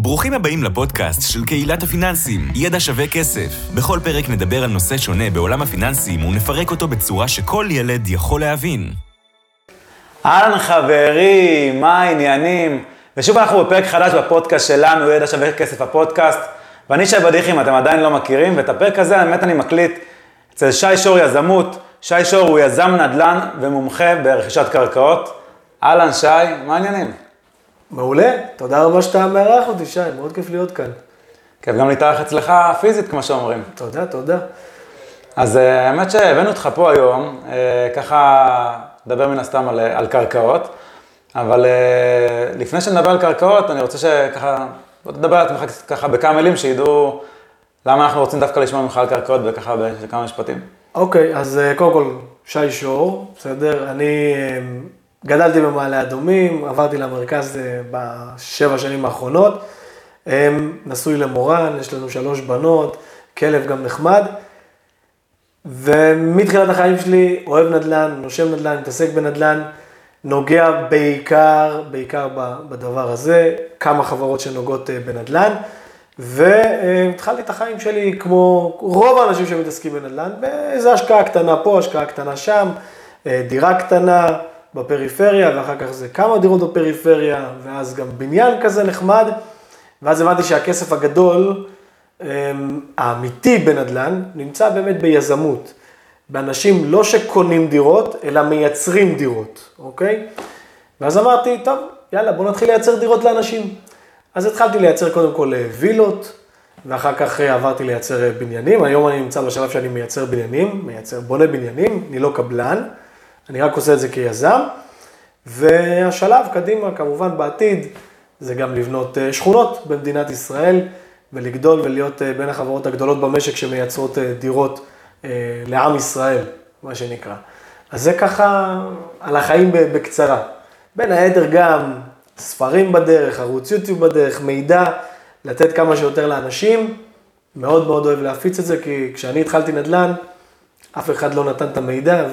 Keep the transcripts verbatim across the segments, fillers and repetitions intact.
ברוכים הבאים לפודקאסט של קהילת הפיננסים, ידע שווה כסף. בכל פרק נדבר על נושא שונה בעולם הפיננסים ונפרק אותו בצורה שכל ילד יכול להבין. אהלן חברים, מה העניינים? ושוב אנחנו בפרק חדש בפודקאסט שלנו, ידע שווה כסף הפודקאסט. ואני שי בדיחים, אתם עדיין לא מכירים, ואת הפרק הזה באמת אני מקליט אצל שי שור יזמות. שי שור הוא יזם נדל"ן ומומחה ברכישת קרקעות. אהלן שי, מה העניינים? מעולה, תודה רבה שאתה מארח אותי, שי, מאוד כיף להיות כאן. כיף גם להתארח אצלך פיזית, כמו שאומרים. תודה, תודה. אז האמת שהבאנו אותך פה היום, ככה נדבר מן הסתם על, על קרקעות, אבל לפני שנדבר על קרקעות, אני רוצה שככה, בוא תדבר על עצמך ככה בכמה מילים, שידעו למה אנחנו רוצים דווקא לשמוע ממך על קרקעות וככה בכמה משפטים. אוקיי, אז קודם כל, שי שור, בסדר, אני גדלתי במעלה אדומים, עברתי למרכז בשבע שנים האחרונות, נשוי למורן, יש לנו שלוש בנות, כלב גם נחמד, ומתחילת החיים שלי אוהב נדל"ן, נושם נדל"ן, מתעסק בנדל"ן, נוגע בעיקר, בעיקר בדבר הזה, כמה חברות שנוגעות בנדל"ן, והתחלתי את החיים שלי כמו רוב האנשים שמתעסקים בנדל"ן, באיזו השקעה קטנה פה, השקעה קטנה שם, דירה קטנה בפריפריה, ואחר כך זה כמה דירות בפריפריה, ואז גם בניין כזה נחמד, ואז הבנתי שהכסף הגדול, האמיתי בנדל"ן, נמצא באמת ביזמות. באנשים לא שקונים דירות, אלא מייצרים דירות, אוקיי? ואז אמרתי, טוב, יאללה, בוא נתחיל לייצר דירות לאנשים. אז התחלתי לייצר קודם כל וילות, ואחר כך עברתי לייצר בניינים. היום אני נמצא בשלב שאני מייצר בניינים, מייצר בונה בניינים, אני לא קבלן, אני רק עושה את זה כיזם. והשלב קדימה, כמובן בעתיד, זה גם לבנות שכונות במדינת ישראל, ולגדול ולהיות בין החברות הגדולות במשק שמייצרות דירות לעם ישראל, מה שנקרא. אז זה ככה על החיים בקצרה. בין היתר גם ספרים בדרך, ערוץ יוטיוב בדרך, מידע, לתת כמה שיותר לאנשים. מאוד מאוד אוהב להפיץ את זה, כי כשאני התחלתי נדל"ן, אף אחד לא נתן את המידע,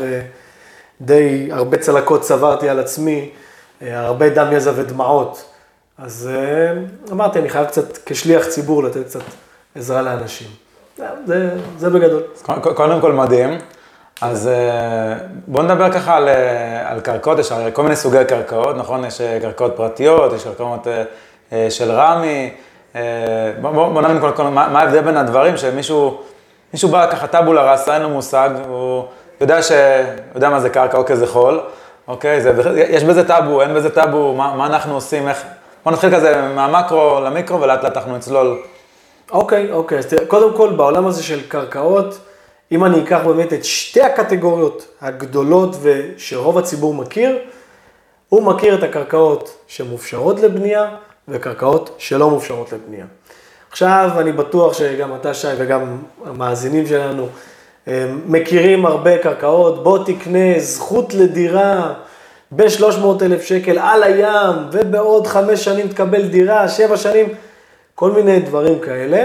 ודי הרבה צלקות צברתי על עצמי, הרבה דם יזע ודמעות. אז אמרתי, אני חייב קצת כשליח ציבור לתת קצת עזרה לאנשים. זה, זה בגדול. קודם כל מדהים. אז בואו נדבר ככה על, על קרקעות, יש כל מיני סוגי קרקעות, נכון? יש קרקעות פרטיות, יש קרקעות של רמי. בואו בוא נבין כל, כל, מה, מה ההבדל בין הדברים, שמישהו מישהו בא ככה טאבולה ראסה, אין לו מושג, הוא יודע, ש, יודע מה זה קרקע או כזה חול, אוקיי? זה, יש בזה טאבו, אין בזה טאבו, מה, מה אנחנו עושים, איך... בואו נתחיל כזה מהמקרו למיקרו ולאט לאט אנחנו נצלול. אוקיי, אוקיי, אז תראה, קודם כל בעולם הזה של קרקעות, אם אני אקח באמת את שתי הקטגוריות הגדולות ושרוב הציבור מכיר, הוא מכיר את הקרקעות שמופשרות לבנייה וקרקעות שלא מופשרות לבנייה. עכשיו אני בטוח שגם אתה שי וגם המאזינים שלנו מכירים הרבה קרקעות, בוא תקנה זכות לדירה ב-שלוש מאות אלף שקל על הים ובעוד חמש שנים תקבל דירה, שבע שנים, כל מיני דברים כאלה.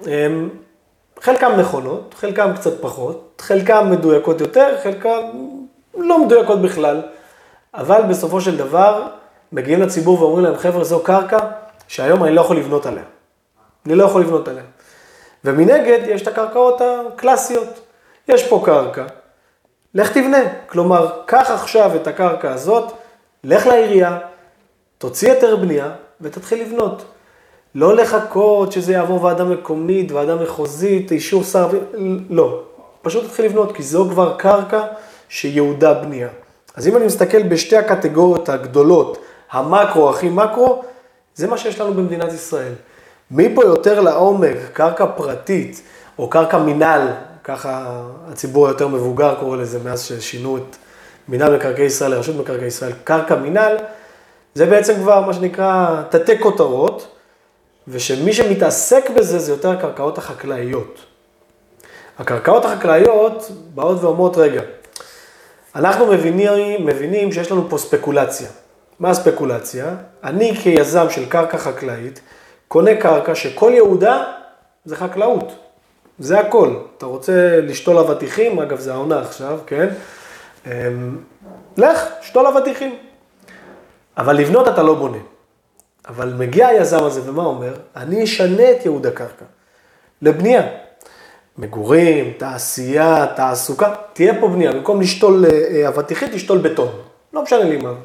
חלקם נכונות, חלקם קצת פחות, חלקם מדויקות יותר, חלקם לא מדויקות בכלל. אבל בסופו של דבר מגיעים לציבור ואומרים להם, חבר'ה, זו קרקע שהיום אני לא יכול לבנות עליה. אני לא יכול לבנות עליה. ומנגד יש את הקרקעות הקלאסיות. יש פה קרקע, לך תבנה. כלומר, קח עכשיו את הקרקע הזאת, לך לעירייה, תוציא היתר בנייה ותתחיל לבנות. לא לחכות שזה יעבור ועדה מקומית, ועדה מחוזית, אישור שר, לא. פשוט תתחיל לבנות, כי זו כבר קרקע שיהודה בנייה. אז אם אני מסתכל בשתי הקטגוריות הגדולות, המקרו, הכי מקרו, זה מה שיש לנו במדינת ישראל. מפה יותר לעומק, קרקע פרטית, או קרקע מינהל, ככה הציבור היותר מבוגר קורא לזה, מאז ששינו את מינהל מקרקעי ישראל לרשות מקרקעי ישראל, קרקע מינהל, זה בעצם כבר מה שנקרא תתי כותרות, ושמי שמתעסק בזה זה יותר הקרקעות החקלאיות. הקרקעות החקלאיות באות ואומרות, רגע, אנחנו מבינים, מבינים שיש לנו פה ספקולציה. מה הספקולציה? אני כיזם של קרקע חקלאית, קונה קרקע שכל יהודה זה חקלאות. זה הכל. אתה רוצה לשתול אבטיחים, אגב זה העונה עכשיו, כן? לך, שתול אבטיחים. אבל לבנות אתה לא בונה. אבל מגיע היזם הזה ומה אומר? אני אשנה את ייעוד הקרקע לבנייה. מגורים, תעשייה, תעסוקה, תהיה פה בנייה. במקום לשתול אבטיחית, לשתול בטון. לא משנה לי מה.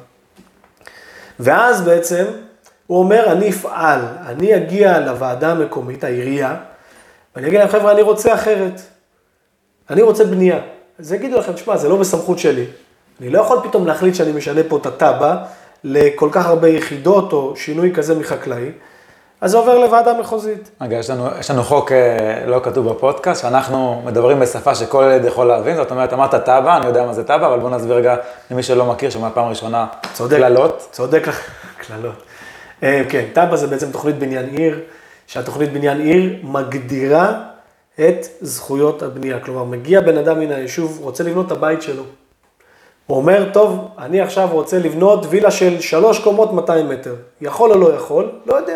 ואז בעצם הוא אומר, אני אפעל, אני אגיע לוועדה המקומית, העירייה, ואני אגיד להם, חבר'ה, אני רוצה אחרת. אני רוצה בנייה. אז יגידו לכם, תשמע, זה לא בסמכות שלי. אני לא יכול פתאום להחליט שאני משנה פה את הטאבה לכל כך הרבה יחידות או שינוי כזה מחקלאי. אז זה עובר לוועדה מחוזית. רגע, יש לנו, יש לנו חוק לא כתוב בפודקאסט, שאנחנו מדברים בשפה שכל ילד יכול להבין, זאת אומרת, אמרת טאבה, אני יודע מה זה טאבה, אבל בוא נסביר רגע למי שלא מכיר, שמהפעם הראשונה כללות. צודק לך, כללות. כן, טאבה זה בעצם תוכנית בניין עיר, שהתוכנית בניין עיר מגדירה את זכויות הבנייה. כלומר, מגיע בן אדם מן היישוב, רוצה לבנות את הבית שלו. הוא אומר, טוב, אני עכשיו רוצה לבנות וילה של שלוש קומות מאתיים מטר. יכול או לא יכול? לא יודע.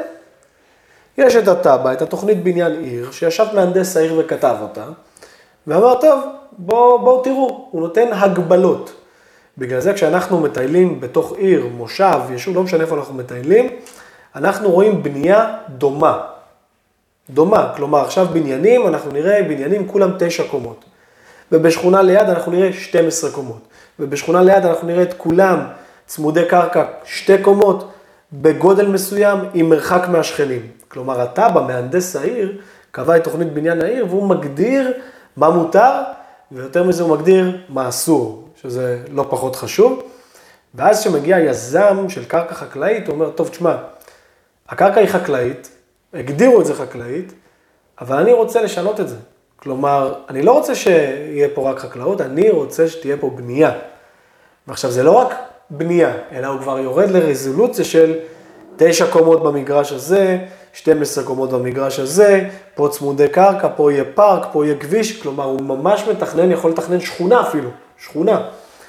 יש את הטאבה, את התוכנית בניין עיר, שישב מהנדס העיר וכתב אותה, ואמר, טוב, בואו בוא, תראו, הוא נותן הגבלות. בגלל זה כשאנחנו מטיילים בתוך עיר, מושב, יישוב, לא משנה איפה אנחנו מטיילים, אנחנו רואים בנייה דומה. דומה, כלומר עכשיו בניינים, אנחנו נראה בניינים כולם תשע קומות. ובשכונה ליד אנחנו נראה שתים עשרה קומות. ובשכונה ליד אנחנו נראה את כולם צמודי קרקע שתי קומות, בגודל מסוים עם מרחק מהשכנים. כלומר, הטאבה, מהנדס העיר, קבע את תוכנית בניין העיר, והוא מגדיר מה מותר, ויותר מזה הוא מגדיר מה אסור, שזה לא פחות חשוב. ואז שמגיע יזם של קרקע חקלאית, הוא אומר, טוב, תשמע, הקרקע היא חקלאית, הגדירו את זה חקלאית, אבל אני רוצה לשנות את זה. כלומר, אני לא רוצה שיהיה פה רק חקלאות, אני רוצה שתהיה פה בנייה. ועכשיו, זה לא רק בנייה, אלא הוא כבר יורד לרזולוציה של תשע קומות במגרש הזה, שתים עשרה קומות במגרש הזה, פה צמודי קרקע, פה יהיה פארק, פה יהיה כביש, כלומר הוא ממש מתכנן, יכול לתכנן שכונה אפילו, שכונה.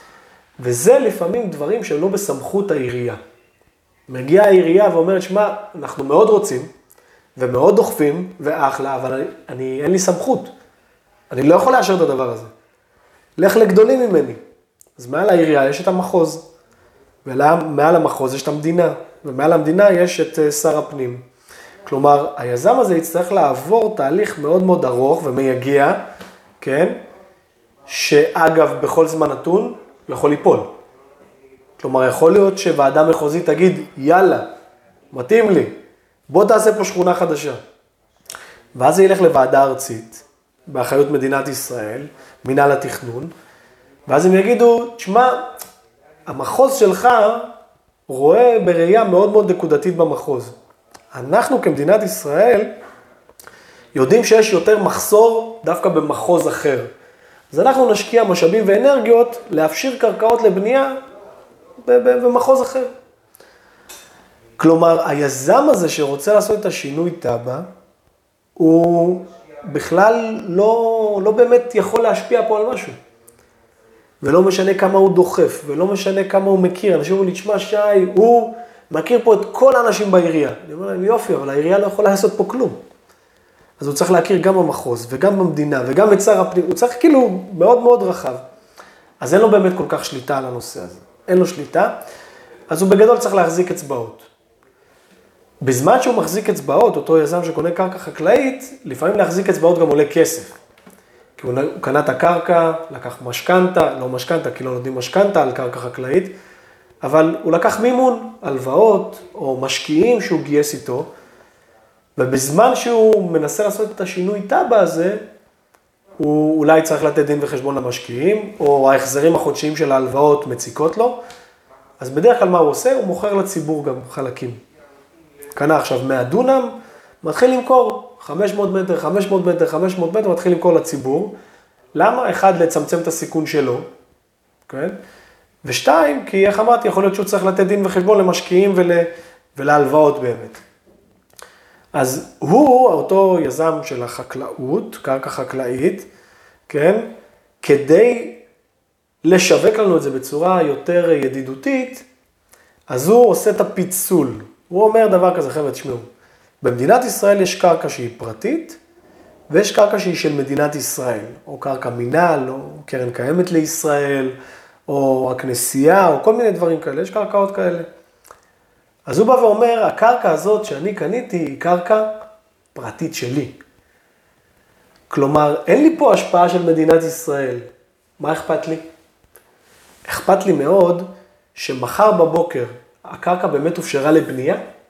וזה לפעמים דברים שלא בסמכות העירייה. מגיעה העירייה ואומרת, שמה, אנחנו מאוד רוצים, ומאוד דוחפים, ואחלה, אבל אני, אני, אין לי סמכות. אני לא יכול לאשר את הדבר הזה. לך לגדולים ממני. אז מעל העירייה יש את המחוז, ומעל המחוז יש את המדינה, ומעל המדינה יש את שר הפנים. כלומר, היזם הזה יצטרך לעבור תהליך מאוד מאוד ארוך ומייגע, כן? שאגב, בכל זמן נתון, יכול ליפול. כלומר, יכול להיות שוועדה מחוזית תגיד, יאללה, מתאים לי, בוא תעשה פה שכונה חדשה. ואז זה ילך לוועדה ארצית, באחריות מדינת ישראל, מינהל התכנון, ואז הם יגידו, תשמע, המחוז שלך רואה בראייה מאוד מאוד נקודתית במחוז. אנחנו כמדינת ישראל יודעים שיש יותר מחסור דווקא במחוז אחר. אז אנחנו נשקיע משאבים ואנרגיות להפשיר קרקעות לבנייה במחוז אחר. כלומר, היזם הזה שרוצה לעשות את השינוי טאבה, הוא בכלל לא, לא באמת יכול להשפיע פה על משהו. ולא משנה כמה הוא דוחף, ולא משנה כמה הוא מכיר. אנשים אומרים לי, תשמע שי, הוא מכיר פה את כל האנשים בעירייה. אני אומר להם, יופי, אבל העירייה לא יכולה לעשות פה כלום. אז הוא צריך להכיר גם במחוז, וגם במדינה, וגם את שר הפנים. הוא צריך כאילו מאוד מאוד רחב. אז אין לו באמת כל כך שליטה על הנושא הזה. אין לו שליטה, אז הוא בגדול צריך להחזיק אצבעות. בזמן שהוא מחזיק אצבעות, אותו יזם שקונה קרקע חקלאית, לפעמים להחזיק אצבעות גם עולה כסף. כי הוא קנה את הקרקע, לקח משכנתה, לא משכנתה, כי לא נותנים משכנתה על קרקע חקלאית, אבל הוא לקח מימון, הלוואות או משקיעים שהוא גייס איתו, ובזמן שהוא מנסה לעשות את השינוי טאבה הזה, הוא אולי צריך לתת דין וחשבון למשקיעים, או ההחזרים החודשיים של ההלוואות מציקות לו, אז בדרך כלל מה הוא עושה? הוא מוכר לציבור גם חלקים. קנה עכשיו מאה דונם, מתחיל למכור חמש מאות מטר, חמש מאות מטר, חמש מאות מטר, מתחיל למכור לציבור. למה? אחד, לצמצם את הסיכון שלו, כן? ושתיים, כי איך אמרתי, יכול להיות שהוא צריך לתת דין וחשבון למשקיעים ול... ולהלוואות באמת. אז הוא, אותו יזם של החקלאות, קרקע חקלאית, כן? כדי לשווק לנו את זה בצורה יותר ידידותית, אז הוא עושה את הפיצול. הוא אומר דבר כזה, חבר'ה, תשמעו, במדינת ישראל יש קרקע שהיא פרטית, ויש קרקע שהיא של מדינת ישראל, או קרקע מינהל, או קרן קיימת לישראל, או הכנסייה, או כל מיני דברים כאלה, יש קרקעות כאלה. אז הוא בא ואומר, הקרקע הזאת שאני קניתי היא קרקע פרטית שלי. כלומר, אין לי פה השפעה של מדינת ישראל. מה אכפת לי? אכפת לי מאוד שמחר בבוקר הקרקע באמת הופשרה לבנייה.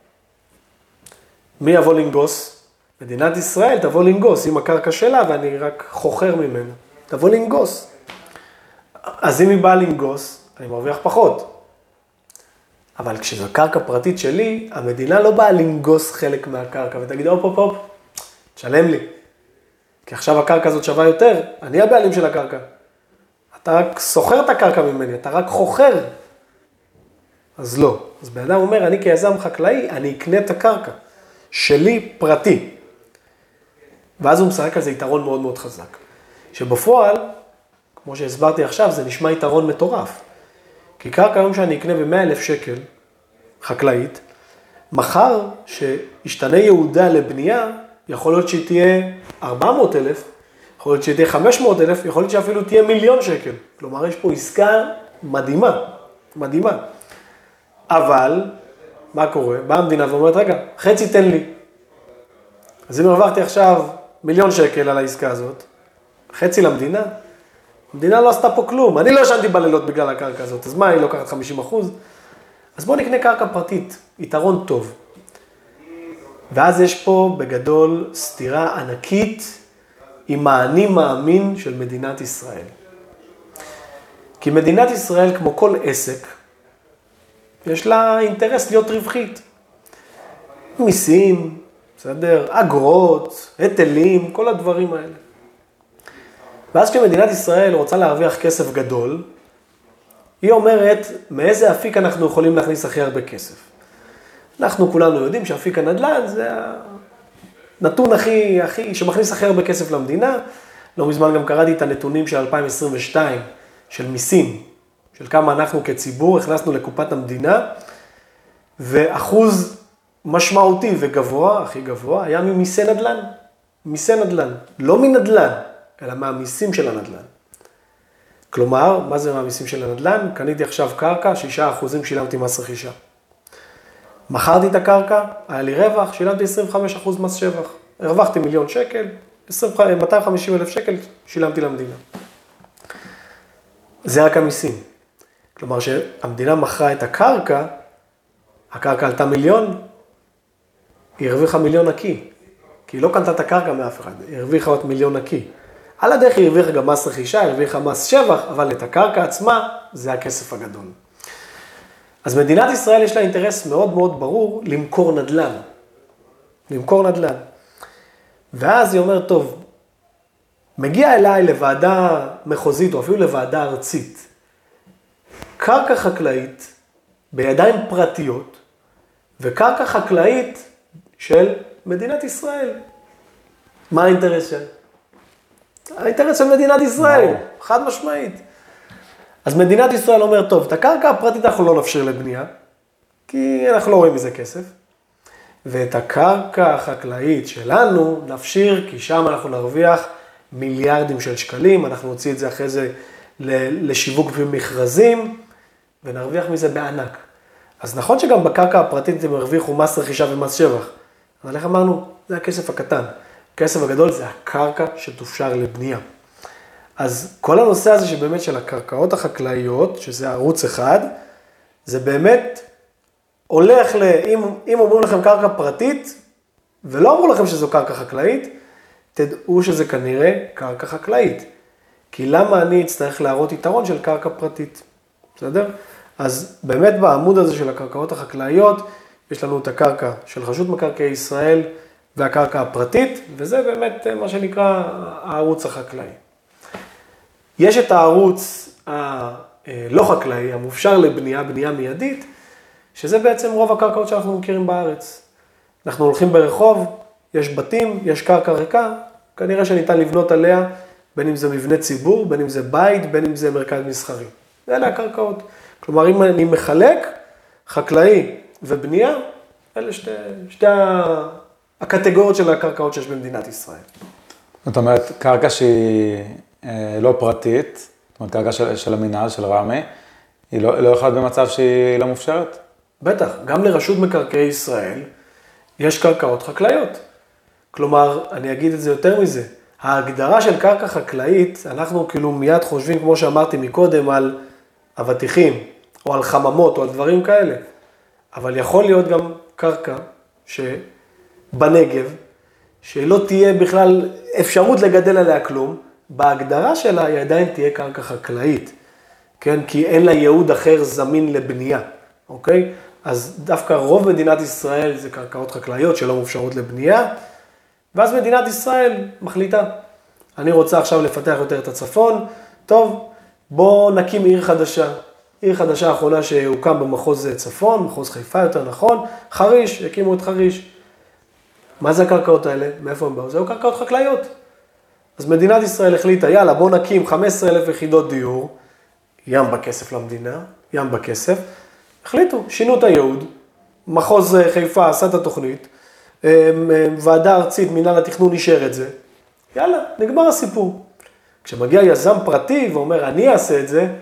מי יבוא לנגוס? מדינת ישראל תבוא לנגוס עם הקרקע שלה ואני רק חוכר ממנה. תבוא לנגוס. אז אם היא באה לנגוס, אני מרוויח פחות. אבל כשזו קרקע פרטית שלי, המדינה לא באה לנגוס חלק מהקרקע ותגיד, אופ, אופ, אופ, תשלם לי. כי עכשיו הקרקע הזאת שווה יותר, אני הבעלים של הקרקע. אתה רק סוחר את הקרקע ממני, אתה רק חוכר. אז לא. אז בן אדם אומר, אני כיזם חקלאי, אני אקנה את הקרקע. שלי פרטי. ואז הוא משחק על זה יתרון מאוד מאוד חזק. שבפועל, כמו שהסברתי עכשיו, זה נשמע יתרון מטורף. כי קרקע היום שאני אקנה ב-מאה אלף שקל, חקלאית, מחר שישתנה יהודה לבנייה, יכול להיות שהיא תהיה ארבע מאות אלף, יכול להיות שהיא תהיה חמש מאות אלף, יכול להיות שאפילו תהיה מיליון שקל. כלומר, יש פה עסקה מדהימה, מדהימה. אבל, מה קורה? באה המדינה ואומרת, רגע, חצי תן לי. אז אם הרווחתי עכשיו מיליון שקל על העסקה הזאת, חצי למדינה, המדינה לא עשתה פה כלום. אני לא ישנתי בלילות בגלל הקרקע הזאת, אז מה, היא לוקחת חמישים אחוז? אז בואו נקנה קרקע פרטית, יתרון טוב. ואז יש פה בגדול סתירה ענקית עם האני מאמין של מדינת ישראל. כי מדינת ישראל, כמו כל עסק, יש לה אינטרס להיות רווחית. מיסים, בסדר, אגרות, היטלים, כל הדברים האלה. ואז כשמדינת ישראל רוצה להרוויח כסף גדול, היא אומרת, מאיזה אפיק אנחנו יכולים להכניס הכי הרבה כסף. אנחנו כולנו יודעים שאפיק הנדל"ן זה הנתון הכי, הכי, שמכניס הכי הרבה כסף למדינה. לא מזמן גם קראתי את הנתונים של אלפיים עשרים ושתיים, של מיסים, של כמה אנחנו כציבור הכנסנו לקופת המדינה, ואחוז משמעותי וגבוה, הכי גבוה, היה ממיסי נדל"ן. מיסי נדל"ן, לא מנדל"ן, אלא מהמיסים של הנדל"ן. כלומר, מה זה מהמיסים של הנדל"ן? קניתי עכשיו קרקע, שישה אחוזים שילמתי מס רכישה. מכרתי את הקרקע, היה לי רווח, שילמתי עשרים וחמישה אחוז מס שבח. הרווחתי מיליון שקל, מאתיים וחמישים אלף שקל שילמתי למדינה. זה רק המיסים. כלומר, שהמדינה מכרה את הקרקע, הקרקע עלתה מיליון, היא הרוויחה מיליון נקי. כי היא לא קנתה את הקרקע מאף אחד, היא הרוויחה עוד מיליון נקי. על הדרך היא הרוויחה גם מס רכישה, היא הרוויחה מס שבח, אבל את הקרקע עצמה זה הכסף הגדול. אז מדינת ישראל יש לה אינטרס מאוד מאוד ברור למכור נדל"ן. למכור נדל"ן. ואז היא אומרת, טוב, מגיע אליי לוועדה מחוזית או אפילו לוועדה ארצית, קרקע חקלאית בידיים פרטיות וקרקע חקלאית של מדינת ישראל. מה האינטרס שלה? האינטרס של מדינת ישראל, חד משמעית. אז מדינת ישראל אומר, טוב, את הקרקע הפרטית אנחנו לא נפשיר לבנייה, כי אנחנו לא רואים מזה כסף, ואת הקרקע החקלאית שלנו נפשיר, כי שם אנחנו נרוויח מיליארדים של שקלים, אנחנו נוציא את זה אחרי זה לשיווק ומכרזים, ונרוויח מזה בענק. אז נכון שגם בקרקע הפרטית הם הרוויחו מס רכישה ומס שבח, אבל איך אמרנו? זה הכסף הקטן. הכסף הגדול זה הקרקע שתופשר לבנייה. אז כל הנושא הזה שבאמת של הקרקעות החקלאיות, שזה ערוץ אחד, זה באמת הולך ל... אם, אם אומרים לכם קרקע פרטית, ולא אמרו לכם שזו קרקע חקלאית, תדעו שזה כנראה קרקע חקלאית. כי למה אני אצטרך להראות יתרון של קרקע פרטית? בסדר? אז באמת בעמוד הזה של הקרקעות החקלאיות, יש לנו את הקרקע של רשות מקרקעי ישראל והקרקע הפרטית, וזה באמת מה שנקרא הערוץ החקלאי. יש את הערוץ הלא חקלאי, המופשר לבנייה, בנייה מיידית, שזה בעצם רוב הקרקעות שאנחנו מכירים בארץ. אנחנו הולכים ברחוב, יש בתים, יש קרקע ריקה, כנראה שניתן לבנות עליה, בין אם זה מבנה ציבור, בין אם זה בית, בין אם זה מרכז מסחרי. אלה הקרקעות. כלומר, אם אני מחלק, חקלאי ובנייה, אלה שתי, שתי הקטגוריות של הקרקעות שיש במדינת ישראל. זאת אומרת, קרקע שהיא לא פרטית, זאת אומרת, קרקע של, של המינהל, של רמי, היא לא, לא יכולה במצב שהיא לא מופשרת? בטח, גם לרשות מקרקעי ישראל יש קרקעות חקלאיות. כלומר, אני אגיד את זה יותר מזה, ההגדרה של קרקע חקלאית, אנחנו כאילו מיד חושבים, כמו שאמרתי מקודם, על אבטיחים, או על חממות, או על דברים כאלה. אבל יכול להיות גם קרקע שבנגב, שלא תהיה בכלל אפשרות לגדל עליה כלום, בהגדרה שלה היא עדיין תהיה קרקע חקלאית, כן? כי אין לה ייעוד אחר זמין לבנייה, אוקיי? אז דווקא רוב מדינת ישראל זה קרקעות חקלאיות שלא מאפשרות לבנייה, ואז מדינת ישראל מחליטה, אני רוצה עכשיו לפתח יותר את הצפון, טוב, בוא נקים עיר חדשה. עיר חדשה האחרונה שהוקם במחוז צפון, מחוז חיפה יותר נכון, חריש, הקימו את חריש. מה זה הקרקעות האלה? מאיפה הם באו? זהו קרקעות חקלאיות. אז מדינת ישראל החליטה, יאללה, בוא נקים חמישה עשר אלף יחידות דיור, ים בכסף למדינה, ים בכסף, החליטו, שינו את הייעוד, מחוז חיפה עשה את התוכנית, ועדה ארצית, מינהל התכנון אישר את זה, יאללה, נגמר הסיפור. כשמגיע יזם פרטי ואומר, אני אעשה את זה,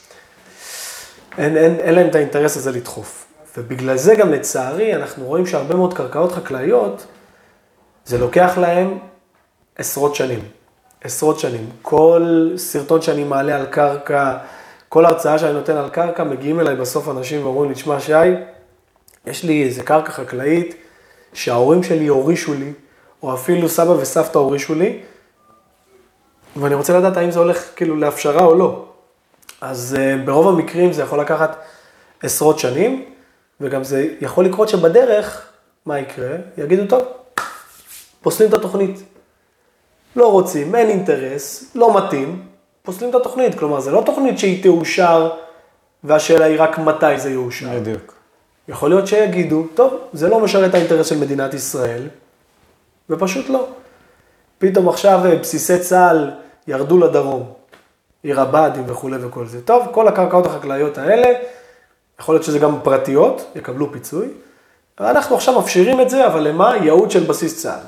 אין, אין, אין להם את האינטרס הזה לדחוף. ובגלל זה גם לצערי, אנחנו רואים שהרבה מאוד קרקעות חקלאיות, זה לוקח להם עשרות שנים. עשרות שנים. כל סרטון שאני מעלה על קרקע, כל הרצאה שאני נותן על קרקע, מגיעים אליי בסוף אנשים ואומרים לי, תשמע שי, יש לי איזה קרקע חקלאית שההורים שלי הורישו לי, או אפילו סבא וסבתא הורישו לי, ואני רוצה לדעת האם זה הולך כאילו להפשרה או לא. אז uh, ברוב המקרים זה יכול לקחת עשרות שנים, וגם זה יכול לקרות שבדרך, מה יקרה? יגידו, טוב, פוסלים את התוכנית. לא רוצים, אין אינטרס, לא מתאים, פוסלים את התוכנית. כלומר, זה לא תוכנית שהיא תאושר, והשאלה היא רק מתי זה יאושר. בדיוק. יכול להיות שיגידו, טוב, זה לא משרת האינטרס של מדינת ישראל, ופשוט לא. פתאום עכשיו בסיסי צה"ל ירדו לדרום, עיר הבה"דים וכו' וכל זה. טוב, כל הקרקעות החקלאיות האלה, יכול להיות שזה גם פרטיות, יקבלו פיצוי, ואנחנו עכשיו מפשירים את זה, אבל למה? ייעוד של בסיס צה"ל.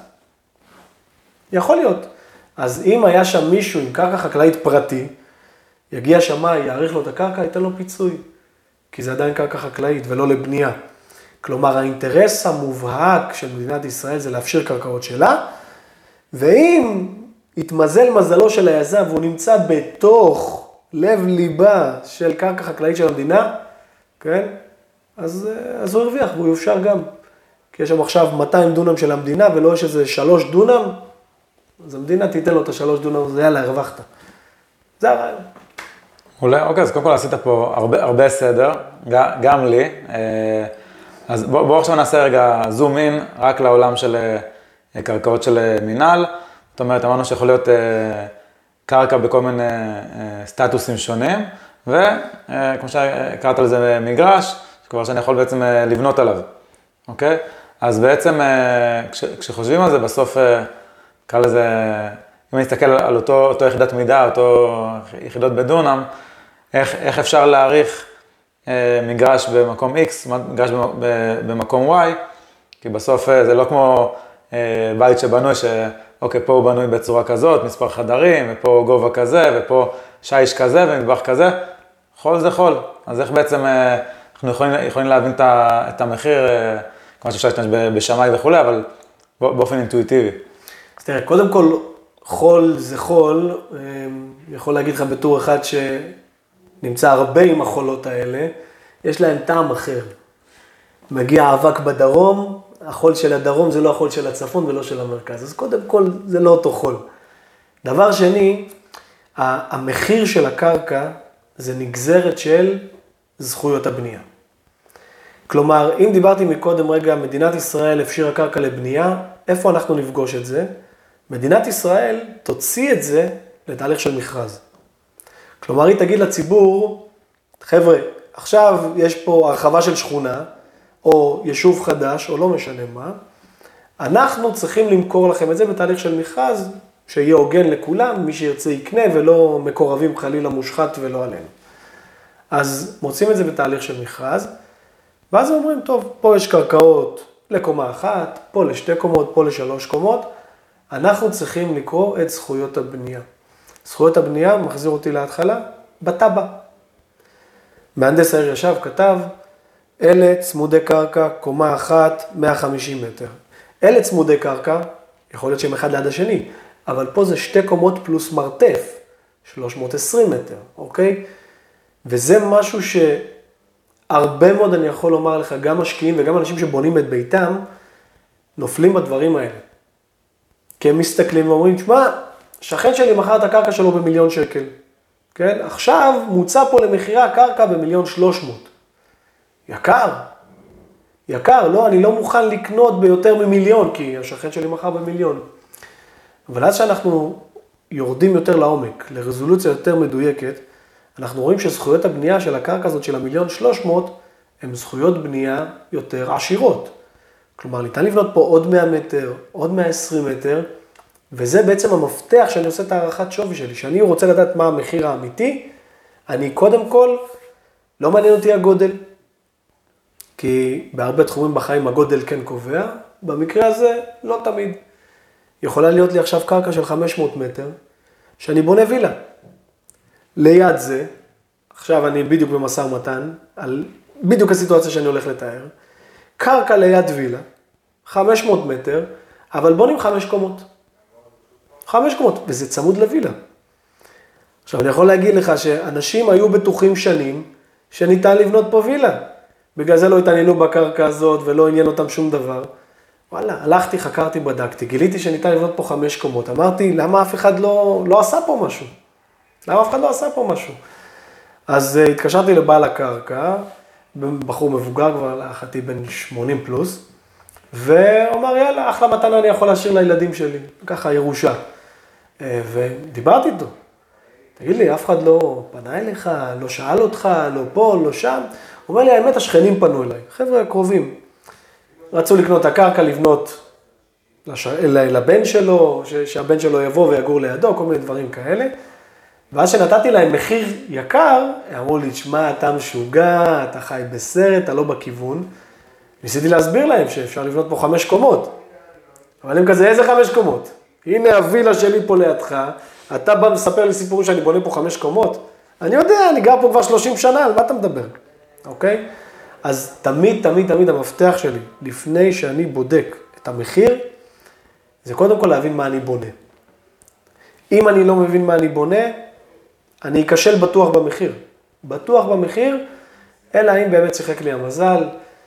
יכול להיות. אז אם היה שם מישהו עם קרקע חקלאית פרטי, יגיע שמאי, יעריך לו את הקרקע, ייתן לו פיצוי. כי זה עדיין קרקע חקלאית ולא לבנייה. כלומר, האינטרס המובהק של מדינת ישראל זה להפשיר קרקעות שלה, ואם יתמזל מזלו של היזם והוא נמצא בתוך לב ליבה של קרקע חקלאית של המדינה, כן? אז, אז הוא הרוויח והוא יופשר גם. כי יש שם עכשיו מאתיים דונם של המדינה ולא יש איזה שלוש דונם, אז המדינה תיתן לו את השלוש דונם, זה יאללה, הרווחת. זה הרעיון. אולי, אוקיי, אז קודם כל עשית פה הרבה, הרבה סדר, גם לי. אז בוא, בוא עכשיו נעשה רגע זום אין, רק לעולם של קרקעות של מינהל. זאת אומרת, אמרנו שיכול להיות קרקע בכל מיני סטטוסים שונים, וכמו שקראת על זה מגרש, שכבר שאני יכול בעצם לבנות עליו, אוקיי? אז בעצם כש, כשחושבים על זה, בסוף קרא לזה, אם אני אסתכל על אותו, אותו יחידת מידה, אותו יחידות בדונם, איך, איך אפשר להעריך אה, מגרש במקום X, מגרש במקום Y, כי בסוף זה לא כמו אה, בית שבנוי, שאוקיי, פה הוא בנוי בצורה כזאת, מספר חדרים, ופה גובה כזה, ופה שיש כזה ומטבח כזה, חול זה חול. אז איך בעצם אה, אנחנו יכולים, יכולים להבין את, את המחיר, אה, כמו שאפשר להשתמש בשמאי וכו', אבל באופן אינטואיטיבי. אז תראה, קודם כל, חול זה חול, יכול להגיד לך בתור אחד שנמצא הרבה עם החולות האלה, יש להם טעם אחר. מגיע אבק בדרום, החול של הדרום זה לא החול של הצפון ולא של המרכז, אז קודם כל זה לא אותו חול. דבר שני, המחיר של הקרקע זה נגזרת של זכויות הבנייה. כלומר, אם דיברתי מקודם רגע, מדינת ישראל הפשירה קרקע לבנייה, איפה אנחנו נפגוש את זה? מדינת ישראל תוציא את זה לתהליך של מכרז. כלומר, היא תגיד לציבור, חבר'ה, עכשיו יש פה הרחבה של שכונה, או יישוב חדש, או לא משנה מה, אנחנו צריכים למכור לכם את זה בתהליך של מכרז, שיהיה הוגן לכולם, מי שירצה יקנה, ולא מקורבים חלילה מושחת ולא עלינו. אז מוצאים את זה בתהליך של מכרז, ואז אומרים, טוב, פה יש קרקעות לקומה אחת, פה לשתי קומות, פה לשלוש קומות, אנחנו צריכים לקרוא את זכויות הבנייה. זכויות הבנייה מחזיר אותי להתחלה, בטאבע. מהנדס העיר ישב, כתב, אלה צמודי קרקע, קומה אחת, מאה וחמישים מטר. אלה צמודי קרקע, יכול להיות שהם אחד ליד השני, אבל פה זה שתי קומות פלוס מרתף, שלוש מאות ועשרים מטר, אוקיי? וזה משהו שהרבה מאוד אני יכול לומר לך, גם משקיעים וגם אנשים שבונים את ביתם, נופלים בדברים האלה. כי הם מסתכלים ואומרים, תשמע, שכן שלי מכר את הקרקע שלו במיליון שקל. כן? עכשיו מוצא פה למחירה הקרקע במיליון שלוש מאות. יקר. יקר, לא, אני לא מוכן לקנות ביותר ממיליון, כי השכן שלי מכר במיליון. אבל אז שאנחנו יורדים יותר לעומק, לרזולוציה יותר מדויקת, אנחנו רואים שזכויות הבנייה של הקרקע הזאת של המיליון שלוש מאות, הן זכויות בנייה יותר עשירות. כלומר, ניתן לבנות פה עוד מאה מטר, עוד מאה ועשרים מטר, וזה בעצם המפתח שאני עושה את הערכת שווי שלי. שאני רוצה לדעת מה המחיר האמיתי, אני קודם כל, לא מעניין אותי הגודל, כי בהרבה תחומים בחיים הגודל כן קובע, במקרה הזה לא תמיד. יכולה להיות לי עכשיו קרקע של חמש מאות מטר, שאני בונה וילה. ליד זה, עכשיו אני בדיוק במשא ומתן, על בדיוק הסיטואציה שאני הולך לתאר, קרקע ליד וילה, חמש מאות מטר, אבל בונים חמש קומות. חמש קומות, וזה צמוד לוילה. עכשיו, אני יכול להגיד לך שאנשים היו בטוחים שנים שניתן לבנות פה וילה. בגלל זה לא התעניינו בקרקע הזאת ולא עניין אותם שום דבר. וואלה, הלכתי, חקרתי, בדקתי, גיליתי שניתן לבנות פה חמש קומות. אמרתי, למה אף אחד לא, לא עשה פה משהו? למה אף אחד לא עשה פה משהו? אז uh, התקשרתי לבעל הקרקע, בחור מבוגר כבר, לאחתי בן שמונים פלוס, ואומר, יאללה, אחלה מתנה אני יכול להשאיר לילדים שלי, ככה ירושה. ודיברתי איתו, תגיד לי, אף אחד לא פנה אליך, לא שאל אותך, לא פה, לא שם? הוא אומר לי, האמת, השכנים פנו אליי, חבר'ה קרובים. רצו לקנות את הקרקע, לבנות לש... לבן שלו, ש... שהבן שלו יבוא ויגור לידו, כל מיני דברים כאלה. ואז שנתתי להם מחיר יקר, אמרו לי, תשמע, אתה משוגע, אתה חי בסרט, אתה לא בכיוון. ניסיתי להסביר להם שאפשר לבנות פה חמש קומות. אבל הם כזה, איזה חמש קומות? הנה הווילה שלי פה לידך, אתה בא מספר לי סיפור שאני בונה פה חמש קומות. אני יודע, אני גר פה כבר שלושים שנה, על מה אתה מדבר? אוקיי? אז תמיד, תמיד, תמיד המפתח שלי, לפני שאני בודק את המחיר, זה קודם כל להבין מה אני בונה. אם אני לא מבין מה אני בונה, אני אכשל בטוח במחיר. בטוח במחיר, אלא אם באמת שיחק לי המזל,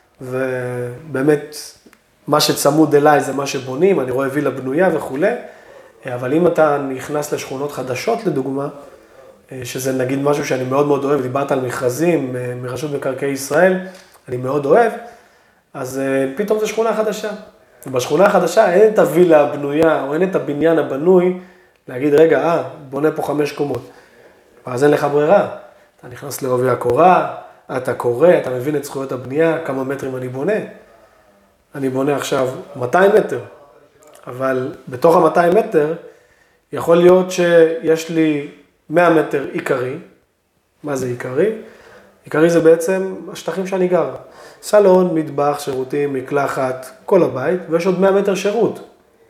ובאמת מה שצמוד אליי זה מה שבונים, אני רואה וילה בנויה וכו'. אבל אם אתה נכנס לשכונות חדשות לדוגמה, שזה נגיד משהו שאני מאוד מאוד אוהב, דיברת על מכרזים מרשות מקרקעי ישראל, אני מאוד אוהב, אז פתאום זו שכונה חדשה. ובשכונה החדשה אין את הווילה הבנויה, או אין את הבניין הבנוי, להגיד, רגע, אה, בונה פה חמש קומות. אז אין לך ברירה. אתה נכנס לעובי הקורה, אתה קורא, אתה מבין את זכויות הבנייה, כמה מטרים אני בונה. אני בונה עכשיו מאתיים מטר, אבל בתוך ה-מאתיים מטר, יכול להיות שיש לי מאה מטר עיקרי. מה זה עיקרי? עיקרי זה בעצם השטחים שאני גר. סלון, מטבח, שירותים, מקלחת, כל הבית, ויש עוד מאה מטר שירות.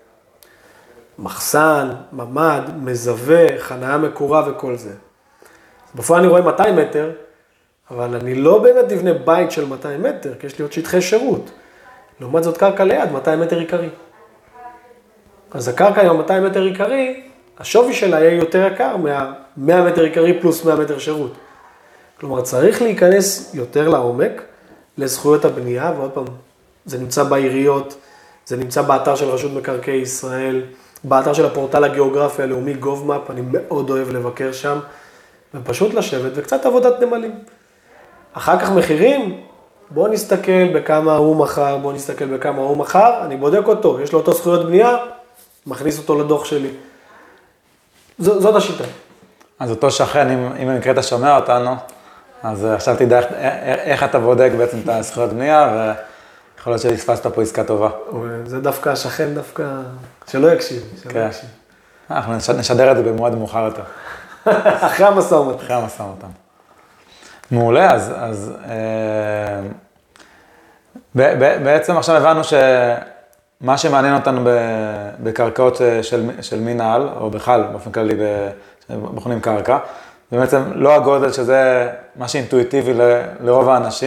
מחסן, ממד, מזווה, חניה מקורה וכל זה. בפועל אני רואה מאתיים מטר, אבל אני לא באמת אבנה בית של מאתיים מטר, כי יש לי עוד שטחי שירות. לעומת זאת קרקע ליד, מאתיים מטר עיקרי. אז הקרקע עם מאתיים מטר עיקרי, השווי שלה יהיה יותר יקר מה-מאה מטר עיקרי פלוס מאה מטר שירות. כלומר, צריך להיכנס יותר לעומק לזכויות הבנייה, ועוד פעם, זה נמצא בעיריות, זה נמצא באתר של רשות מקרקעי ישראל, באתר של הפורטל הגיאוגרפי הלאומי גובמאפ, אני מאוד אוהב לבקר שם, ופשוט לשבת וקצת עבודת נמלים. אחר כך מחירים, בואו נסתכל בכמה הוא מחר, בואו נסתכל בכמה הוא מחר, אני בודק אותו, יש לו אותו זכויות בנייה, מכניס אותו לדוח שלי. ז, זאת השיטה. אז אותו שכן, אם, אם במקרה אתה שומע אותנו, אז עכשיו תדע איך, איך אתה בודק בעצם את הזכויות בנייה, ויכול להיות שהספסת פה עסקה טובה. זה דווקא השכן, דווקא שלא יקשיב. שלא כן. יקשיב. אנחנו נשדר את זה במועד מאוחר יותר. אחרי המשא ומתן. אחרי המשא ומתן. מעולה, אז, אז אה, ב, ב, בעצם עכשיו הבנו שמה שמעניין אותנו בקרקעות של, של מינהל, או בכלל, באופן כללי, בוחנים קרקע, ובעצם לא הגודל שזה מה שאינטואיטיבי ל, לרוב האנשים,